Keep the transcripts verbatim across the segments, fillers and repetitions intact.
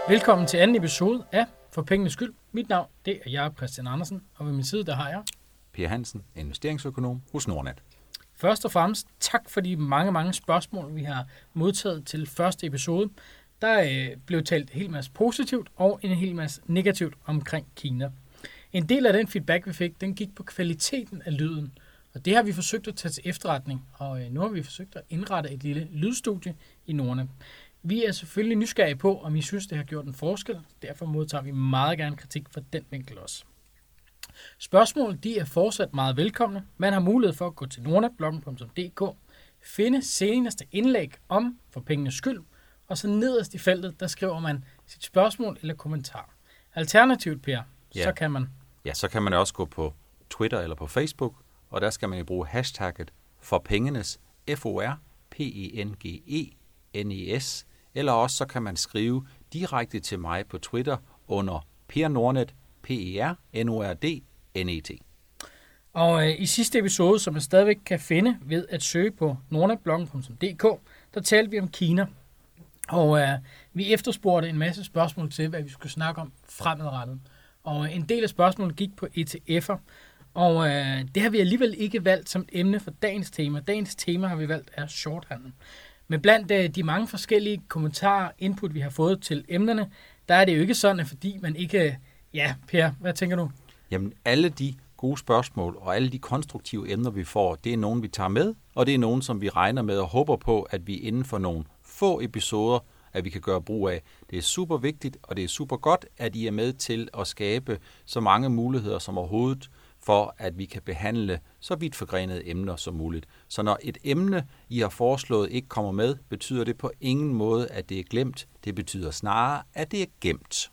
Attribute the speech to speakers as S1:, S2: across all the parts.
S1: Velkommen til anden episode af For Pengenes Skyld. Mit navn, det er Jakob Christian Andersen, og ved min side, der har jeg
S2: Per Hansen, investeringsøkonom hos Nordnet.
S1: Først og fremmest tak for de mange, mange spørgsmål, vi har modtaget til første episode. Der øh, blev talt en hel masse positivt og en hel masse negativt omkring Kina. En del af den feedback, vi fik, den gik på kvaliteten af lyden. Og det har vi forsøgt at tage til efterretning, og øh, nu har vi forsøgt at indrette et lille lydstudie i Nordnet. Vi er selvfølgelig nysgerrige på, om I synes, det har gjort en forskel. Derfor modtager vi meget gerne kritik fra den vinkel også. Spørgsmål de er fortsat meget velkomne. Man har mulighed for at gå til nordnetbloggen punktum d k, finde seneste indlæg om For Pengenes Skyld, og så nederst i feltet, der skriver man sit spørgsmål eller kommentar. Alternativt, Per, ja. så kan man...
S2: Ja, så kan man også gå på Twitter eller på Facebook, og der skal man jo bruge hashtagget For Pengenes, F O R P E N G E N E S, eller også så kan man skrive direkte til mig på Twitter under Per Nordnet, P E R N O R D N E T.
S1: Og øh, i sidste episode, som man stadigvæk kan finde ved at søge på nordnetbloggen punktum d k, der talte vi om Kina. Og øh, vi efterspurgte en masse spørgsmål til, hvad vi skulle snakke om fremadrettet. Og øh, en del af spørgsmålene gik på E T F'er, og øh, det har vi alligevel ikke valgt som emne for dagens tema. Dagens tema har vi valgt er shorthandel. Men blandt øh, de mange forskellige kommentarer, input vi har fået til emnerne, der er det jo ikke sådan, at fordi man ikke... Ja, Per, hvad tænker du?
S2: Jamen, alle de gode spørgsmål og alle de konstruktive emner, vi får, det er nogen, vi tager med, og det er nogen, som vi regner med og håber på, at vi inden for nogle få episoder, at vi kan gøre brug af. Det er super vigtigt, og det er super godt, at I er med til at skabe så mange muligheder som overhovedet, for at vi kan behandle så vidt forgrenede emner som muligt. Så når et emne, I har foreslået, ikke kommer med, betyder det på ingen måde, at det er glemt. Det betyder snarere, at det er gemt.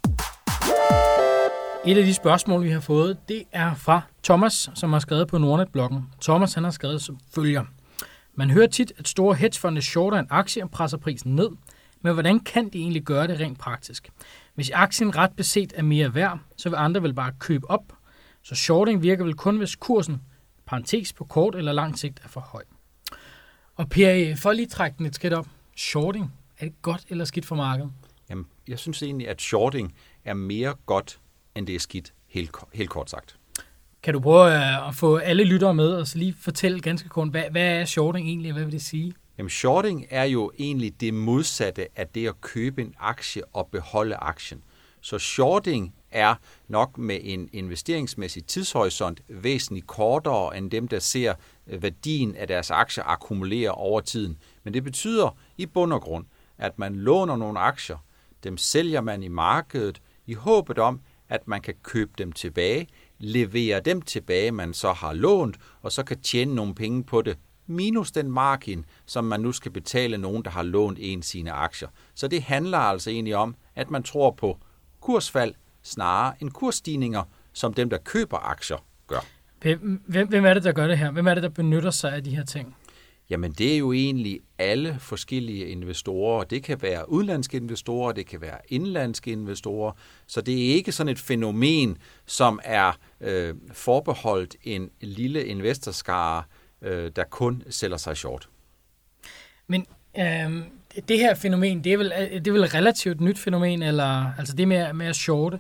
S1: Et af de spørgsmål, vi har fået, det er fra Thomas, som har skrevet på Nordnet-bloggen. Thomas han har skrevet som følger. Man hører tit, at store hedgefonde shorter en aktie og presser prisen ned. Men hvordan kan de egentlig gøre det rent praktisk? Hvis aktien ret beset er mere værd, så vil andre vel bare købe op. Så shorting virker vel kun, hvis kursen, parentes på kort eller lang sigt, er for høj. Og Per, for lige trække den et skridt op. Shorting, er det godt eller skidt for markedet?
S2: Jamen, jeg synes egentlig, at shorting er mere godt, end det er skidt, helt, helt kort sagt.
S1: Kan du prøve at få alle lyttere med, og så lige fortælle ganske kort, hvad, hvad er shorting egentlig, og hvad vil det sige?
S2: Jamen, shorting er jo egentlig det modsatte af det at købe en aktie og beholde aktien. Så shorting er nok med en investeringsmæssig tidshorisont væsentligt kortere end dem, der ser værdien af deres aktier akkumulere over tiden. Men det betyder i bund og grund, at man låner nogle aktier, dem sælger man i markedet i håbet om, at man kan købe dem tilbage, levere dem tilbage, man så har lånt, og så kan tjene nogle penge på det, minus den margin, som man nu skal betale nogen, der har lånt en sine aktier. Så det handler altså egentlig om, at man tror på kursfald snarere end kursstigninger, som dem, der køber aktier, gør.
S1: Hvem, hvem er det, der gør det her? Hvem er det, der benytter sig af de her ting?
S2: Jamen, det er jo egentlig alle forskellige investorer. Det kan være udenlandske investorer, det kan være indlandske investorer. Så det er ikke sådan et fænomen, som er øh, forbeholdt en lille investorskare, øh, der kun sælger sig short.
S1: Men øh, det her fænomen, det er vel, det er vel et relativt nyt fænomen, eller altså det med, med at shorte?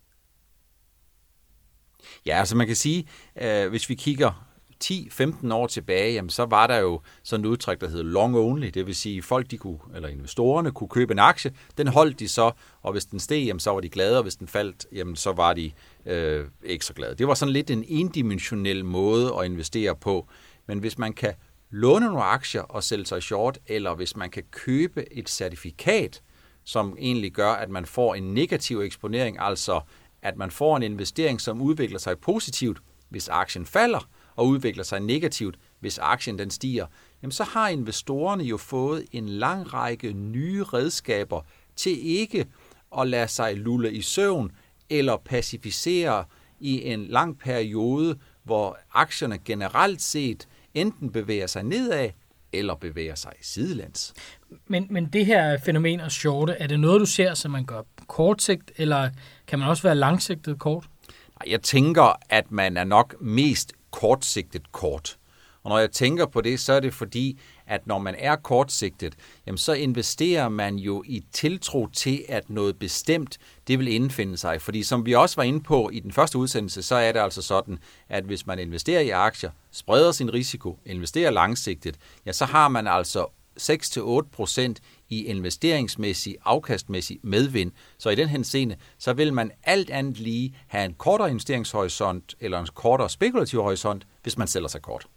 S2: Ja, altså man kan sige, øh, hvis vi kigger ti til femten år tilbage, jamen, så var der jo sådan et udtryk, der hedder long only. Det vil sige, at folk, de kunne, eller investorerne, kunne købe en aktie. Den holdt de så, og hvis den steg, jamen, så var de glade, og hvis den faldt, jamen, så var de øh, ikke så glade. Det var sådan lidt en endimensionel måde at investere på. Men hvis man kan låne nogle aktier og sælge sig short, eller hvis man kan købe et certifikat, som egentlig gør, at man får en negativ eksponering, altså at man får en investering, som udvikler sig positivt, hvis aktien falder, og udvikler sig negativt, hvis aktien den stiger, jamen så har investorerne jo fået en lang række nye redskaber til ikke at lade sig lulle i søvn eller pacificere i en lang periode, hvor aktierne generelt set enten bevæger sig nedad eller bevæger sig sidelæns.
S1: Men, men det her fænomen at shorte, er det noget, du ser, som man gør kortsigt, eller kan man også være langsigtet kort?
S2: Jeg tænker, at man er nok mest kortsigtet kort. Og når jeg tænker på det, så er det fordi, at når man er kortsigtet, jamen så investerer man jo i tiltro til, at noget bestemt, det vil indfinde sig. Fordi som vi også var inde på i den første udsendelse, så er det altså sådan, at hvis man investerer i aktier, spreder sin risiko, investerer langsigtet, ja, så har man altså seks til otte procent i investeringsmæssig, afkastmæssig medvind. Så i den henseende, så vil man alt andet lige have en kortere investeringshorisont eller en kortere spekulativ horisont, hvis man sælger sig kort.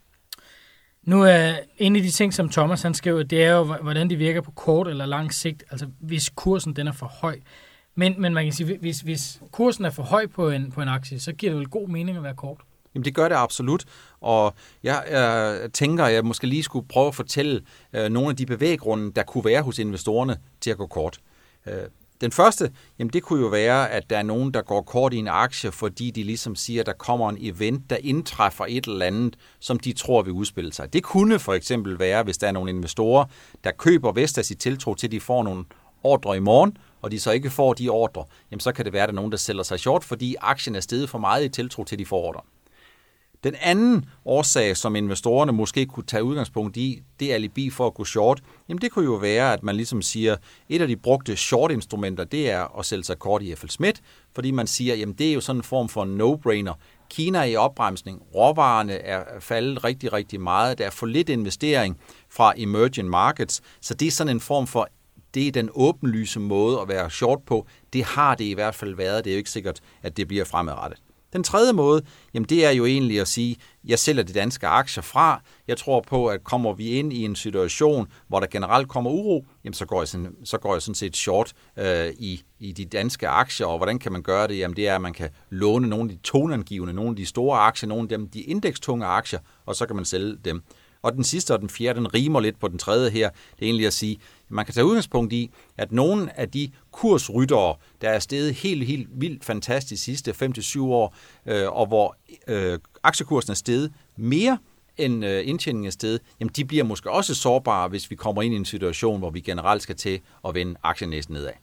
S1: Nu er en af de ting, som Thomas han skriver, det er jo, hvordan de virker på kort eller lang sigt, altså hvis kursen den er for høj. Men, men man kan sige, hvis, hvis kursen er for høj på en, på en aktie, så giver det vel god mening at være kort.
S2: Jamen det gør det absolut, og jeg øh, tænker, at jeg måske lige skulle prøve at fortælle øh, nogle af de bevæggrunde, der kunne være hos investorerne til at gå kort. Øh, den første, jamen det kunne jo være, at der er nogen, der går kort i en aktie, fordi de ligesom siger, at der kommer en event, der indtræffer et eller andet, som de tror vil udspille sig. Det kunne for eksempel være, hvis der er nogle investorer, der køber Vestas i tiltro til, at de får nogle ordre i morgen, og de så ikke får de ordre, jamen så kan det være, at der er nogen, der sælger sig short, fordi aktien er steget for meget i tiltro til, at de får ordre. Den anden årsag, som investorerne måske kunne tage udgangspunkt i, det er alibi for at gå short, jamen det kunne jo være, at man ligesom siger, et af de brugte short-instrumenter, det er at sælge sig kort i F L Smith, fordi man siger, jamen det er jo sådan en form for en no-brainer. Kina er i opbremsning, råvarerne er faldet rigtig, rigtig meget, der er for lidt investering fra emerging markets, så det er sådan en form for, det er den åbenlyse måde at være short på. Det har det i hvert fald været, det er jo ikke sikkert, at det bliver fremadrettet. Den tredje måde, jamen det er jo egentlig at sige, jeg sælger de danske aktier fra. Jeg tror på, at kommer vi ind i en situation, hvor der generelt kommer uro, jamen så går jeg sådan, så går jeg sådan set short øh, i, i de danske aktier. Og hvordan kan man gøre det? Jamen det er, at man kan låne nogle af de toneangivende, nogle af de store aktier, nogle af dem, de indekstunge aktier, og så kan man sælge dem. Og den sidste og den fjerde, den rimer lidt på den tredje her, det er egentlig at sige, at man kan tage udgangspunkt i, at nogle af de kursryttere, der er steget helt, helt vildt fantastisk de sidste fem til syv år, øh, og hvor øh, aktiekursen er steget mere end øh, indtjeningen er steget, jamen de bliver måske også sårbare, hvis vi kommer ind i en situation, hvor vi generelt skal til at vende aktienæsen nedad.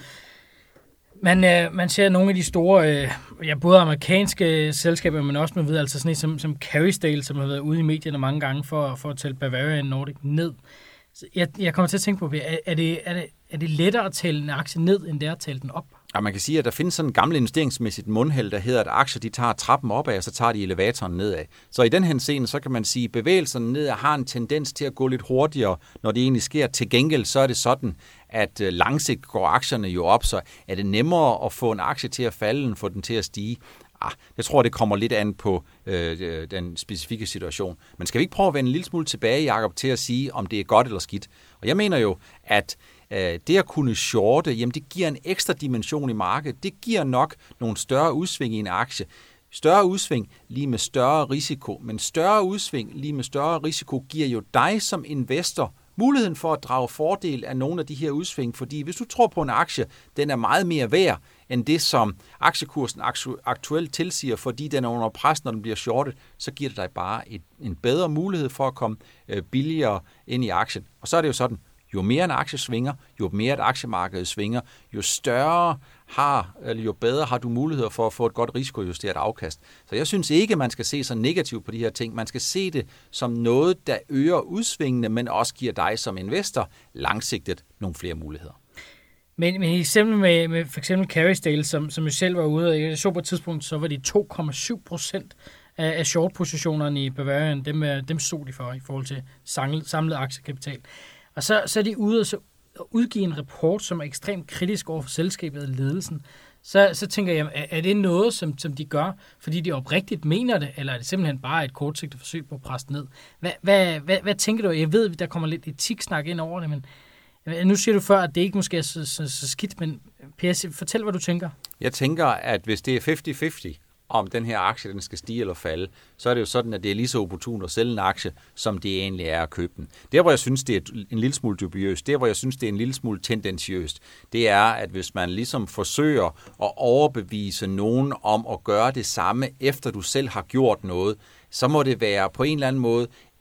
S1: Man, øh, man ser nogle af de store, øh, ja, både amerikanske selskaber, men også med videre, altså sådan et som, som Carysdale, som har været ude i medierne mange gange for, for at tælle Bavarian Nordic ned. Så jeg, jeg kommer til at tænke på, er, er, det, er, det, er det lettere at tælle en aktie ned, end det er at tælle den op?
S2: Ja, man kan sige, at der findes sådan en gammel investeringsmæssigt mundheld, der hedder, at aktier de tager trappen opad, og så tager de elevatoren nedad. Så i den henseende, så kan man sige, at bevægelserne nedad har en tendens til at gå lidt hurtigere, når det egentlig sker. Til gengæld, så er det sådan, at langsigtet går aktierne jo op, så er det nemmere at få en aktie til at falde, end få den til at stige. Ah, jeg tror, det kommer lidt an på øh, den specifikke situation. Men skal vi ikke prøve at vende en lille smule tilbage, Jacob, til at sige, om det er godt eller skidt? Og jeg mener jo, at øh, det at kunne shorte, jamen det giver en ekstra dimension i markedet. Det giver nok nogle større udsving i en aktie. Større udsving lige med større risiko, men større udsving lige med større risiko giver jo dig som investor muligheden for at drage fordel af nogle af de her udsving, fordi hvis du tror på en aktie, den er meget mere værd end det, som aktiekursen aktuelt tilsiger, fordi den er under pres, når den bliver shortet, så giver det dig bare et, en bedre mulighed for at komme øh, billigere ind i aktien. Og så er det jo sådan, jo mere en aktie svinger, jo mere et aktiemarked svinger, jo større har, eller jo bedre har du muligheder for at få et godt risikojusteret afkast. Så jeg synes ikke, man skal se så negativt på de her ting. Man skal se det som noget, der øger udsvingene, men også giver dig som investor langsigtet nogle flere muligheder.
S1: Men, men eksempel med, med for eksempel Carysdale, som, som jo selv var ude, jeg så på et tidspunkt, så var de to komma syv procent af, af short-positionerne i Bavarian, dem, dem stod de for i forhold til samlet, samlet aktiekapital. Og så, så er de ude og så udgive en rapport, som er ekstremt kritisk over for selskabet og ledelsen. Så, så tænker jeg, er, er det noget, som, som de gør, fordi de oprigtigt mener det, eller er det simpelthen bare et kortsigtet forsøg på at presse ned? Hvad, hvad, hvad, hvad tænker du? Jeg ved, der kommer lidt etiksnak ind over det, men nu siger du før, at det ikke måske er så, så, så skidt, men Per, fortæl, hvad du tænker.
S2: Jeg tænker, at hvis det er halvtreds halvtreds, om den her aktie den skal stige eller falde, så er det jo sådan, at det er lige så opportunt at sælge en aktie, som det egentlig er at købe den. Der, hvor jeg synes, det er en lille smule dubiøst, der, hvor jeg synes, det er en lille smule tendensiøst, det er, at hvis man ligesom forsøger at overbevise nogen om at gøre det samme, efter du selv har gjort noget, så må det være på en eller anden måde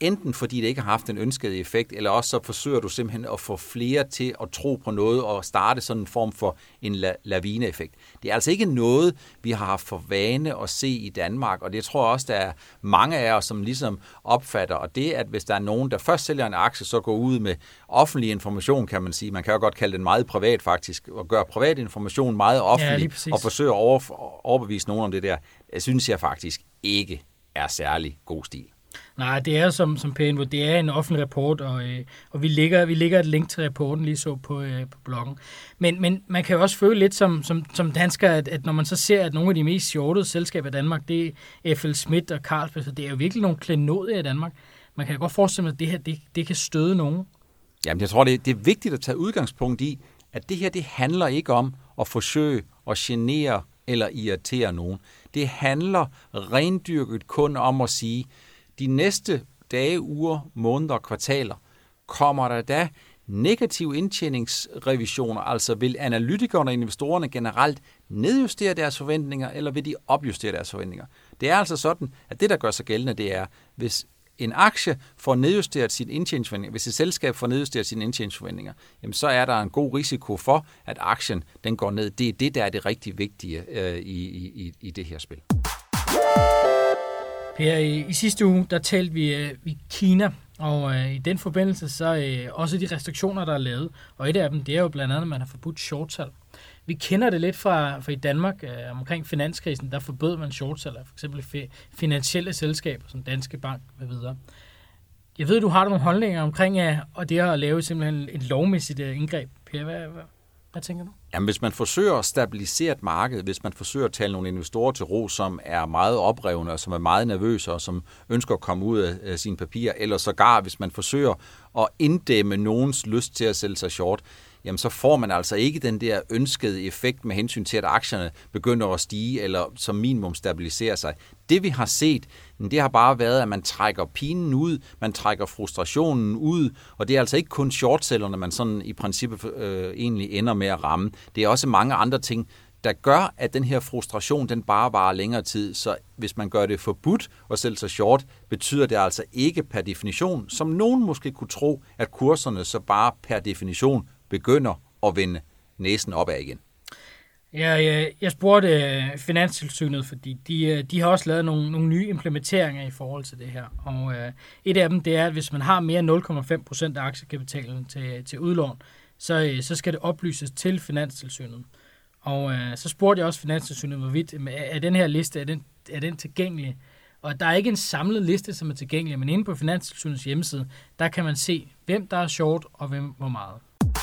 S2: enten fordi det ikke har haft en ønsket effekt, eller også så forsøger du simpelthen at få flere til at tro på noget og starte sådan en form for en la- lavineeffekt. Det er altså ikke noget, vi har haft for vane at se i Danmark, og det tror jeg også, der er mange af os, som ligesom opfatter, og det at hvis der er nogen, der først sælger en aktie, så går ud med offentlig information, kan man sige. Man kan jo godt kalde den meget privat faktisk, og gøre privat information meget offentlig, ja, og forsøge at over, overbevise nogen om det der. Det synes jeg faktisk ikke er særlig god stil.
S1: Nej, det er som, som P N V, det er en offentlig rapport, og, øh, og vi, lægger, vi lægger et link til rapporten lige så på, øh, på bloggen. Men, men man kan jo også føle lidt som, som, som dansker, at, at når man så ser, at nogle af de mest shortede selskaber i Danmark, det er F L Schmidt og Carlsberg, så det er jo virkelig nogle klenodier i Danmark. Man kan jo godt forestille sig, at det her det, det kan støde nogen.
S2: Jamen, jeg tror, det, det er vigtigt at tage udgangspunkt i, at det her, det handler ikke om at forsøge at genere eller irritere nogen. Det handler rendyrket kun om at sige, de næste dage, uger, måneder og kvartaler, kommer der da negative indtjeningsrevisioner, altså vil analytikerne og investorerne generelt nedjustere deres forventninger, eller vil de opjustere deres forventninger? Det er altså sådan, at det, der gør sig gældende, det er, hvis en aktie får nedjusteret sine indtjeningsforventninger, hvis et selskab får nedjusteret sine indtjeningsforventninger, jamen så er der en god risiko for, at aktien den går ned. Det er det, der er det rigtig vigtige øh, i, i, i det her spil.
S1: Per, i, i sidste uge, der talte vi øh, i Kina, og øh, i den forbindelse så øh, også de restriktioner, der er lavet, og et af dem, det er jo blandt andet, at man har forbudt shortsalg. Vi kender det lidt fra, fra i Danmark, øh, omkring finanskrisen, der forbød man shortsalg, for eksempel fi, finansielle selskaber, som Danske Bank med videre. Jeg ved, du har nogle holdninger omkring øh, og det at lave simpelthen et lovmæssigt øh, indgreb. Per, hvad, hvad, hvad tænker du?
S2: Jamen, hvis man forsøger at stabilisere et marked, hvis man forsøger at tale nogle investorer til ro, som er meget oprevne og som er meget nervøse og som ønsker at komme ud af, af sine papirer, eller sågar hvis man forsøger at inddæmme nogens lyst til at sælge sig short, jamen så får man altså ikke den der ønskede effekt med hensyn til, at aktierne begynder at stige eller som minimum stabilisere sig. Det vi har set, det har bare været, at man trækker pinen ud, man trækker frustrationen ud, og det er altså ikke kun shortsellerne, man sådan i princippet øh, egentlig ender med at ramme. Det er også mange andre ting, der gør, at den her frustration, den bare varer længere tid. Så hvis man gør det forbudt at sælge sig short, betyder det altså ikke per definition, som nogen måske kunne tro, at kurserne så bare per definition begynder at vende næsen opad igen.
S1: Ja, jeg, jeg spurgte Finanstilsynet, fordi de, de har også lavet nogle, nogle nye implementeringer i forhold til det her. Og uh, et af dem, det er, at hvis man har mere end nul komma fem procent af aktiekapitalen til, til udlån, så, så skal det oplyses til Finanstilsynet. Og uh, så spurgte jeg også Finanstilsynet, hvorvidt er den her liste, er den, er den tilgængelig? Og der er ikke en samlet liste, som er tilgængelig, men inde på Finanstilsynets hjemmeside, der kan man se, hvem der er short og hvem hvor meget.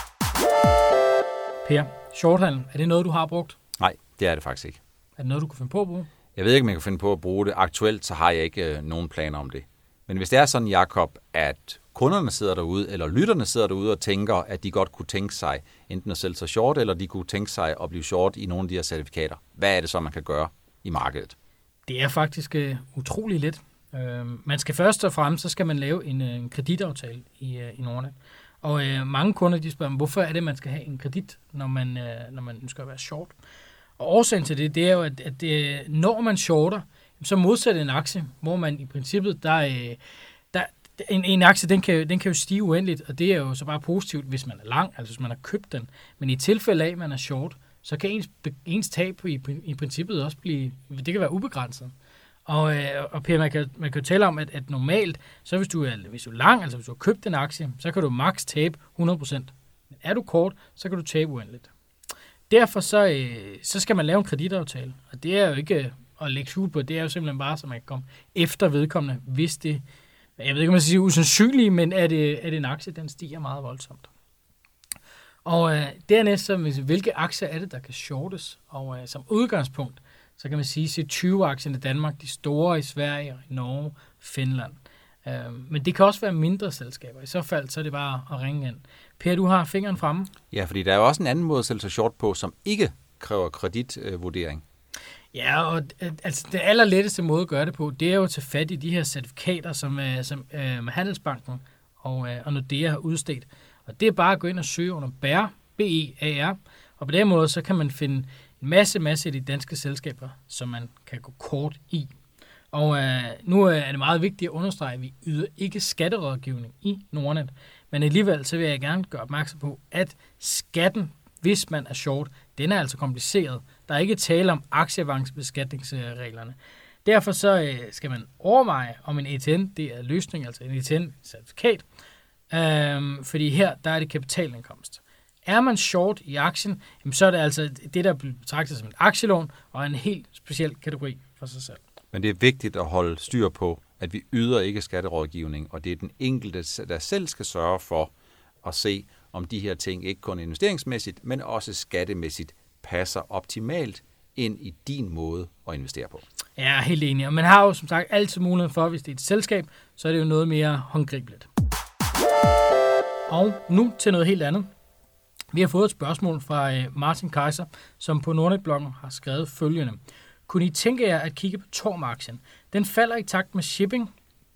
S1: Per, shorthandel, er det noget, du har brugt?
S2: Nej, det er det faktisk ikke.
S1: Er det noget, du kan finde på at bruge?
S2: Jeg ved ikke, om jeg kan finde på at bruge det. Aktuelt så har jeg ikke øh, nogen planer om det. Men hvis det er sådan, Jakob, at kunderne sidder derude, eller lytterne sidder derude og tænker, at de godt kunne tænke sig enten at sælge sig short, eller de kunne tænke sig at blive short i nogle af de her certifikater, hvad er det så, man kan gøre i markedet?
S1: Det er faktisk uh, utrolig let. Uh, man skal først og fremmest, så skal man lave en, uh, en kreditaftale i, uh, i Nordnet. Og uh, mange kunder, de spørger, hvorfor er det, man skal have en kredit, når man, uh, når man ønsker at være short? Og årsagen til det, det er jo, at, at det, når man shorter, så modsat en aktie, hvor man i princippet, der er... Der, En, en aktie, den kan, den kan jo stige uendeligt, og det er jo så bare positivt, hvis man er lang, altså hvis man har købt den. Men i tilfælde af, at man er short, så kan ens, ens tab i, i princippet også blive, det kan være ubegrænset. Og, og Per, man kan, man kan jo tale om, at, at normalt, så hvis du, er, hvis du er lang, altså hvis du har købt en aktie, så kan du maks tabe hundrede procent. Men er du kort, så kan du tabe uendeligt. Derfor så, så skal man lave en kreditaftale, og det er jo ikke at lægge skjul på, det er jo simpelthen bare, så man kan komme efter vedkommende, hvis det jeg ved ikke, om man skal sige usandsynligt, men er det, er det en aktie, den stiger meget voldsomt. Og øh, dernæst, så, hvilke aktier er det, der kan shortes? Og øh, som udgangspunkt, så kan man sige, C tyve-aktierne i Danmark, de store i Sverige, i Norge, Finland. Øh, men det kan også være mindre selskaber. I så fald, så er det bare at ringe ind. Per, du har fingeren fremme.
S2: Ja, fordi der er jo også en anden måde at sælge sig short på, som ikke kræver kreditvurdering.
S1: Ja, og altså det allerletteste måde at gøre det på, det er jo at tage fat i de her certifikater, som, som øh, Handelsbanken og, øh, og Nordea har udstedt. Og det er bare at gå ind og søge under B E R, B E A R, og på den måde så kan man finde en masse, masse af de danske selskaber, som man kan gå kort i. Og øh, nu er det meget vigtigt at understrege, at vi yder ikke skatterådgivning i Nordnet. Men alligevel så vil jeg gerne gøre opmærksom på, at skatten, hvis man er short, den er altså kompliceret. Der er ikke tale om aktieavancebeskatningsreglerne. Derfor så øh, skal man overveje, om en E T N, det er løsning, altså en E T N-certifikat, øh, fordi her der er det kapitalindkomst. Er man short i aktien, jamen, så er det altså det, der bliver betragtet som et aktielån, og en helt speciel kategori for sig selv.
S2: Men det er vigtigt at holde styr på, at vi yder ikke skatterådgivning, og det er den enkelte, der selv skal sørge for at se, om de her ting ikke kun investeringsmæssigt, men også skattemæssigt passer optimalt ind i din måde at investere på.
S1: Jeg er helt enig, og man har jo som sagt altid mulighed for, hvis det er et selskab, så er det jo noget mere håndgribeligt. Og nu til noget helt andet. Vi har fået et spørgsmål fra Martin Kaiser, som på Nordnet-bloggen har skrevet følgende. Kunne I tænke jer at kigge på Torm-aktien? Den falder i takt med shipping,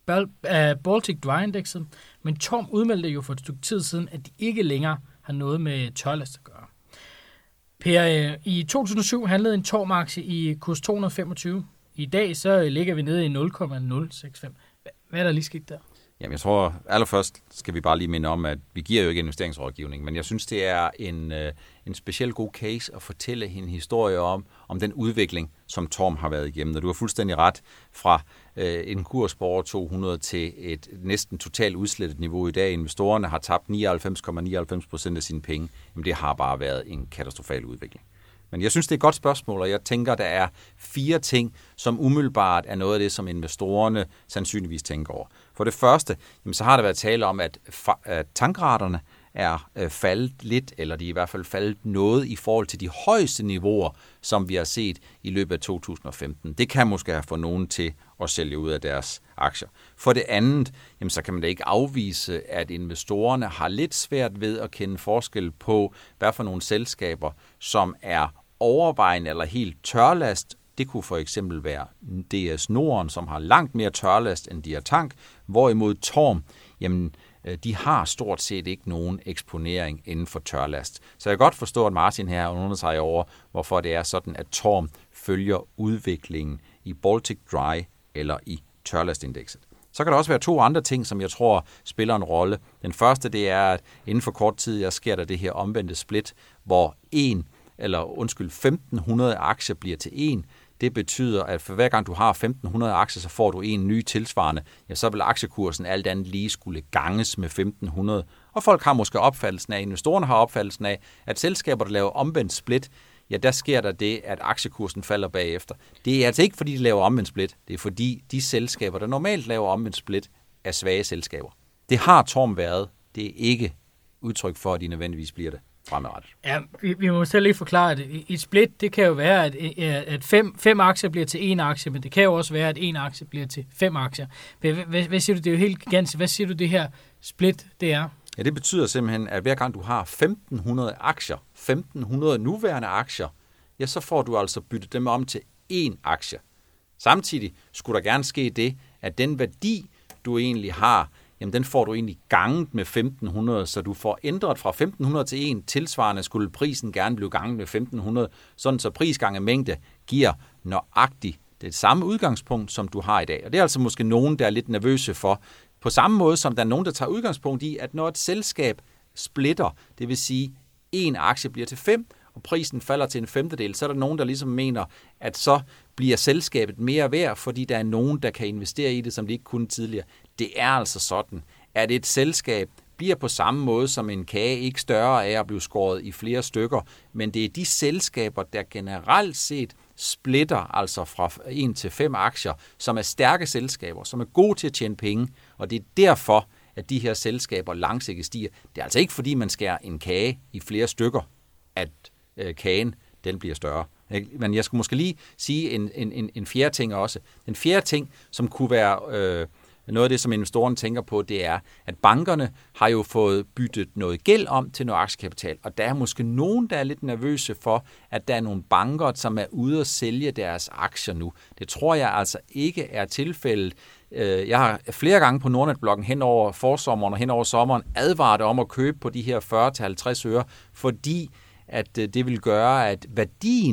S1: Baltic Dry-indekset, men Torm udmeldte jo for et stykke tid siden, at de ikke længere har noget med tørlast at gøre. Per, i to tusind og syv handlede en Torm-aktie i kurs to hundrede og femogtyve. I dag så ligger vi nede i nul komma nul seks fem. Hvad er der lige sket der?
S2: Jamen, jeg tror, allerførst skal vi bare lige minde om, at vi giver jo ikke investeringsrådgivning, men jeg synes, det er en, en speciel god case at fortælle en historie om, om den udvikling, som Torm har været igennem. Og du har fuldstændig ret, fra øh, en kurs på over to hundrede til et næsten totalt udslettet niveau i dag. Investorerne har tabt nioghalvfems komma nioghalvfems procent af sine penge. Jamen, det har bare været en katastrofal udvikling. Men jeg synes, det er et godt spørgsmål, og jeg tænker, der er fire ting, som umiddelbart er noget af det, som investorerne sandsynligvis tænker over. For det første, jamen, så har der været tale om, at, fa- at tankraterne er øh, faldet lidt, eller de er i hvert fald faldet noget i forhold til de højeste niveauer, som vi har set i løbet af to tusind og femten. Det kan måske have fået nogen til at sælge ud af deres aktier. For det andet, jamen, så kan man da ikke afvise, at investorerne har lidt svært ved at kende forskel på, hvad for nogle selskaber, som er overvejende eller helt tørlast. Det kunne for eksempel være D S Norden, som har langt mere tørlast end de har tank, hvorimod Torm, jamen, de har stort set ikke nogen eksponering inden for tørlast. Så jeg kan godt forstå, at Martin her understreger over, hvorfor det er sådan, at Torm følger udviklingen i Baltic Dry eller i tørlastindekset. Så kan der også være to andre ting, som jeg tror spiller en rolle. Den første, det er, at inden for kort tid, der sker der det her omvendte split, hvor en eller undskyld, femten hundrede aktier bliver til en. Det betyder, at for hver gang du har femten hundrede aktier, så får du en ny tilsvarende. Ja, så vil aktiekursen alt andet lige skulle ganges med femten hundrede. Og folk har måske opfattelsen af, investorerne har opfattelsen af, at selskaber, der laver omvendt split, ja, der sker der det, at aktiekursen falder bagefter. Det er altså ikke, fordi de laver omvendt split. Det er fordi, de selskaber, der normalt laver omvendt split, er svage selskaber. Det har Torm været. Det er ikke udtryk for, at de nødvendigvis bliver det fremadrettet.
S1: Ja, vi, vi må selv lige forklare, at et split, det kan jo være, at, at fem, fem aktier bliver til en aktie, men det kan jo også være, at en aktie bliver til fem aktier. Hvad, hvad, hvad siger du, det er jo helt gigantisk. Hvad siger du, det her split, det er?
S2: Ja, det betyder simpelthen, at hver gang du har femten hundrede aktier, femten hundrede nuværende aktier, ja, så får du altså byttet dem om til én aktie. Samtidig skulle der gerne ske det, at den værdi, du egentlig har, jamen den får du egentlig ganget med femten hundrede, så du får ændret fra femten hundrede til en. Tilsvarende skulle prisen gerne blive ganget med femten hundrede, sådan så prisgange mængde giver nøjagtigt det samme udgangspunkt, som du har i dag. Og det er altså måske nogen, der er lidt nervøse for. På samme måde som der er nogen, der tager udgangspunkt i, at når et selskab splitter, det vil sige, en aktie bliver til fem, og prisen falder til en femtedel, så er der nogen, der ligesom mener, at så bliver selskabet mere værd, fordi der er nogen, der kan investere i det, som de ikke kunne tidligere. Det er altså sådan, at et selskab bliver på samme måde som en kage ikke større af at blive skåret i flere stykker, men det er de selskaber, der generelt set splitter, altså fra en til fem aktier, som er stærke selskaber, som er gode til at tjene penge, og det er derfor, at de her selskaber langsigtet stiger. Det er altså ikke, fordi man skærer en kage i flere stykker, at øh, kagen den bliver større. Men jeg skulle måske lige sige en, en, en fjerde ting også. Den fjerde ting, som kunne være øh, noget af det, som investorerne tænker på, det er, at bankerne har jo fået byttet noget gæld om til noget aktiekapital, og der er måske nogen, der er lidt nervøse for, at der er nogle banker, som er ude at sælge deres aktier nu. Det tror jeg altså ikke er tilfældet. Jeg har flere gange på Nordnet-bloggen hen over forsommeren og hen over sommeren advaret om at købe på de her fyrre til halvtreds øre, fordi at det vil gøre, at værdien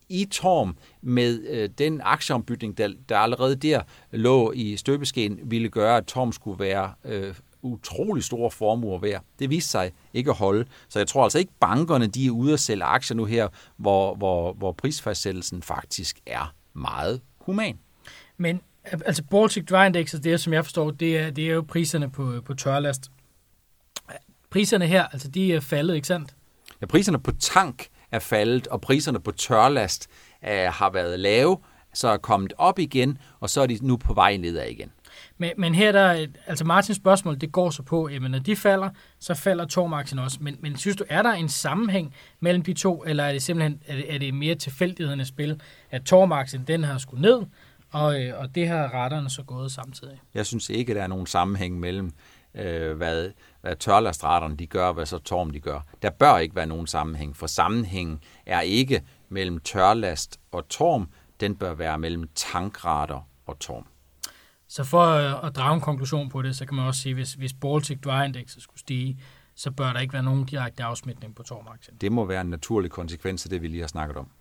S2: i Torm med øh, den aktieombytning, der, der allerede der lå i støbeskeen, ville gøre, at Torm skulle være øh, utrolig store formuer værd. Det viste sig ikke at holde. Så jeg tror altså ikke, bankerne de er ude at sælge aktier nu her, hvor, hvor, hvor prisfastsættelsen faktisk er meget human.
S1: Men altså Baltic Dry Index, det som jeg forstår, det er, det er jo priserne på, på tørlast. Priserne her, altså de er faldet, ikke sandt?
S2: Ja, priserne på tank er faldet, og priserne på tørlast øh, har været lave, så er kommet op igen, og så er de nu på vej nedad igen.
S1: Men, men her der, altså Martins spørgsmål, det går så på, at når de falder, så falder Torm-aktien også. Men, men synes du, er der en sammenhæng mellem de to, eller er det simpelthen er det, er det mere tilfældighedernes spil, at Torm-aktien den har skudt ned, og, og det har retterne så gået samtidig?
S2: Jeg synes ikke, der er nogen sammenhæng mellem, øh, hvad, hvad tørlastraterne de gør, og hvad så Torm de gør. Der bør ikke være nogen sammenhæng, for sammenhængen er ikke mellem tørlast og Torm, den bør være mellem tankrater og Torm.
S1: Så for at drage en konklusion på det, så kan man også sige, hvis, hvis Baltic Dry Index skulle stige, så bør der ikke være nogen direkte afsmitning på Torm-aktien.
S2: Det må være en naturlig konsekvens af det, vi lige har snakket om.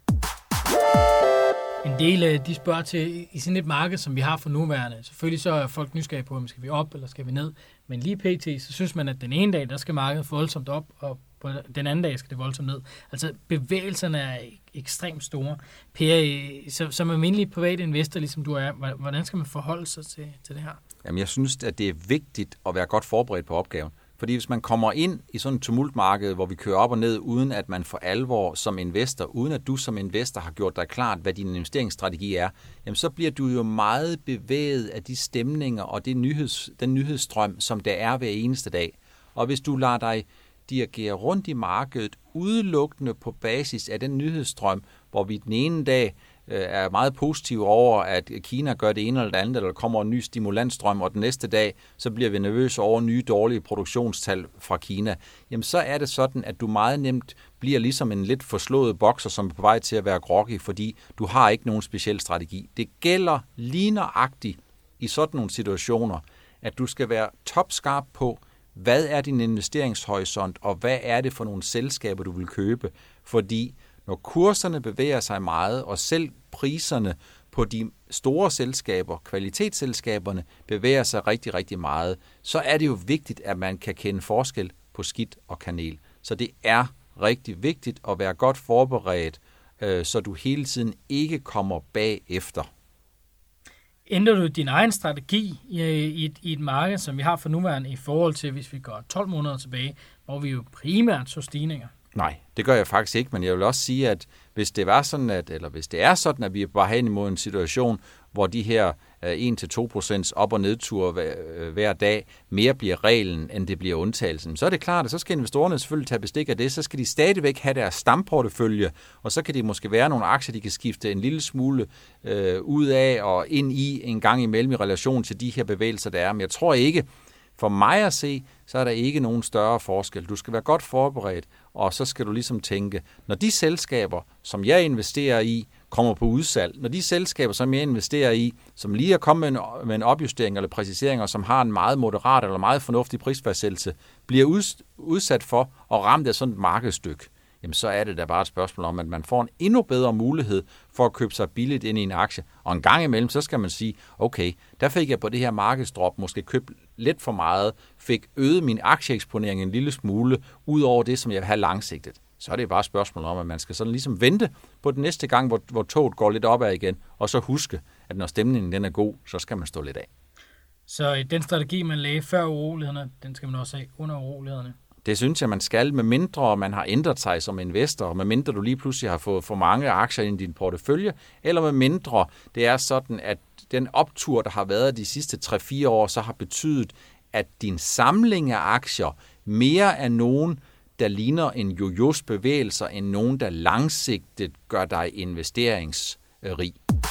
S1: En del, de spørger til i sådan et marked, som vi har for nuværende. Selvfølgelig så er folk nysgerrige på, om skal vi op eller skal vi ned. Men lige pt, så synes man, at den ene dag, der skal markedet voldsomt op, og på den anden dag skal det voldsomt ned. Altså bevægelserne er ekstremt store. Per, så, som almindelig privat investor, ligesom du er, hvordan skal man forholde sig til, til det her?
S2: Jamen jeg synes, at det er vigtigt at være godt forberedt på opgaven. Fordi hvis man kommer ind i sådan et tumultmarked, hvor vi kører op og ned, uden at man for alvor som investor, uden at du som investor har gjort dig klart, hvad din investeringsstrategi er, jamen så bliver du jo meget bevæget af de stemninger og det nyheds, den nyhedsstrøm, som der er hver eneste dag. Og hvis du lader dig dirigere rundt i markedet udelukkende på basis af den nyhedsstrøm, hvor vi den ene dag er meget positive over, at Kina gør det ene eller det andet, eller der kommer en ny stimulansstrøm, og den næste dag, så bliver vi nervøse over nye dårlige produktionstal fra Kina, jamen så er det sådan, at du meget nemt bliver ligesom en lidt forslået bokser, som er på vej til at være groggy, fordi du har ikke nogen speciel strategi. Det gælder lige nøjagtigt i sådan nogle situationer, at du skal være topskarp på, hvad er din investeringshorisont, og hvad er det for nogle selskaber, du vil købe, fordi når kurserne bevæger sig meget, og selv priserne på de store selskaber, kvalitetsselskaberne, bevæger sig rigtig, rigtig meget, så er det jo vigtigt, at man kan kende forskel på skidt og kanel. Så det er rigtig vigtigt at være godt forberedt, så du hele tiden ikke kommer bagefter.
S1: Ændrer du din egen strategi i et, i et marked, som vi har for nuværende, i forhold til, hvis vi går tolv måneder tilbage, hvor vi jo primært så stigninger?
S2: Nej, det gør jeg faktisk ikke, men jeg vil også sige, at hvis det var sådan, at, eller hvis det er sådan, at vi er bare hen imod en situation, hvor de her en til to procent op- og nedture hver, hver dag mere bliver reglen, end det bliver undtagelsen, så er det klart, at så skal investorerne selvfølgelig tage bestik af det, så skal de stadigvæk have deres stamportefølje, og så kan det måske være nogle aktier, de kan skifte en lille smule øh, ud af og ind i en gang imellem i relation til de her bevægelser, der er. Men jeg tror ikke, for mig at se, så er der ikke nogen større forskel. Du skal være godt forberedt, og så skal du ligesom tænke, når de selskaber, som jeg investerer i, kommer på udsalg, når de selskaber, som jeg investerer i, som lige er kommet med en, med en opjustering eller præcisering, og som har en meget moderat eller meget fornuftig prisfastsættelse, bliver udsat for og ramt af sådan et markedsstykke, jamen så er det da bare et spørgsmål om, at man får en endnu bedre mulighed for at købe sig billigt ind i en aktie. Og en gang imellem, så skal man sige, okay, der fik jeg på det her markedsdrop måske købt lidt for meget, fik øget min aktieeksponering en lille smule, ud over det, som jeg vil have langsigtet. Så er det bare et spørgsmål om, at man skal sådan ligesom vente på den næste gang, hvor, hvor toget går lidt opad igen, og så huske, at når stemningen den er god, så skal man stå lidt af.
S1: Så den strategi, man lagde før urolighederne, den skal man også have under urolighederne?
S2: Det synes jeg, man skal, med mindre man har ændret sig som investor, med mindre du lige pludselig har fået for mange aktier i din portefølje, eller med mindre det er sådan, at den optur, der har været de sidste tre fire år, så har betydet, at din samling af aktier mere er nogen, der ligner en jojos bevægelser, end nogen, der langsigtet gør dig investeringsrig.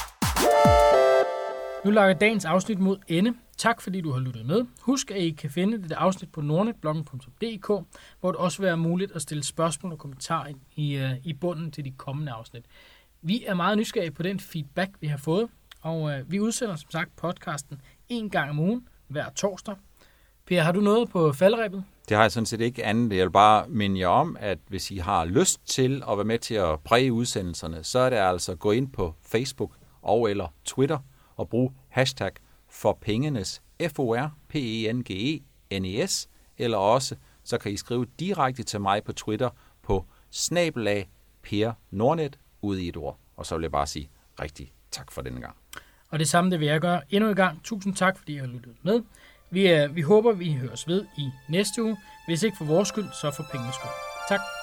S1: Nu lager dagens afsnit mod ende. Tak fordi du har lyttet med. Husk, at I kan finde dette afsnit på nordnetbloggen punktum d k, hvor det også vil være muligt at stille spørgsmål og kommentarer i, i bunden til de kommende afsnit. Vi er meget nysgerrige på den feedback, vi har fået, og vi udsender som sagt podcasten en gang om ugen, hver torsdag. Per, har du noget på falderebet?
S2: Det har jeg sådan set ikke andet. Jeg vil bare minde jer om, at hvis I har lyst til at være med til at præge udsendelserne, så er det altså at gå ind på Facebook og eller Twitter og bruge hashtag for pengenes, F O R P E N G E N E S, eller også så kan I skrive direkte til mig på Twitter på snabelag Per Nordnet ud i et ord. Og så vil jeg bare sige rigtig tak for denne gang.
S1: Og det samme det vil jeg gøre endnu en gang. Tusind tak, fordi I har lyttet med. Vi, er, vi håber, vi høres ved i næste uge. Hvis ikke for vores skyld, så for pengenes skyld. Tak.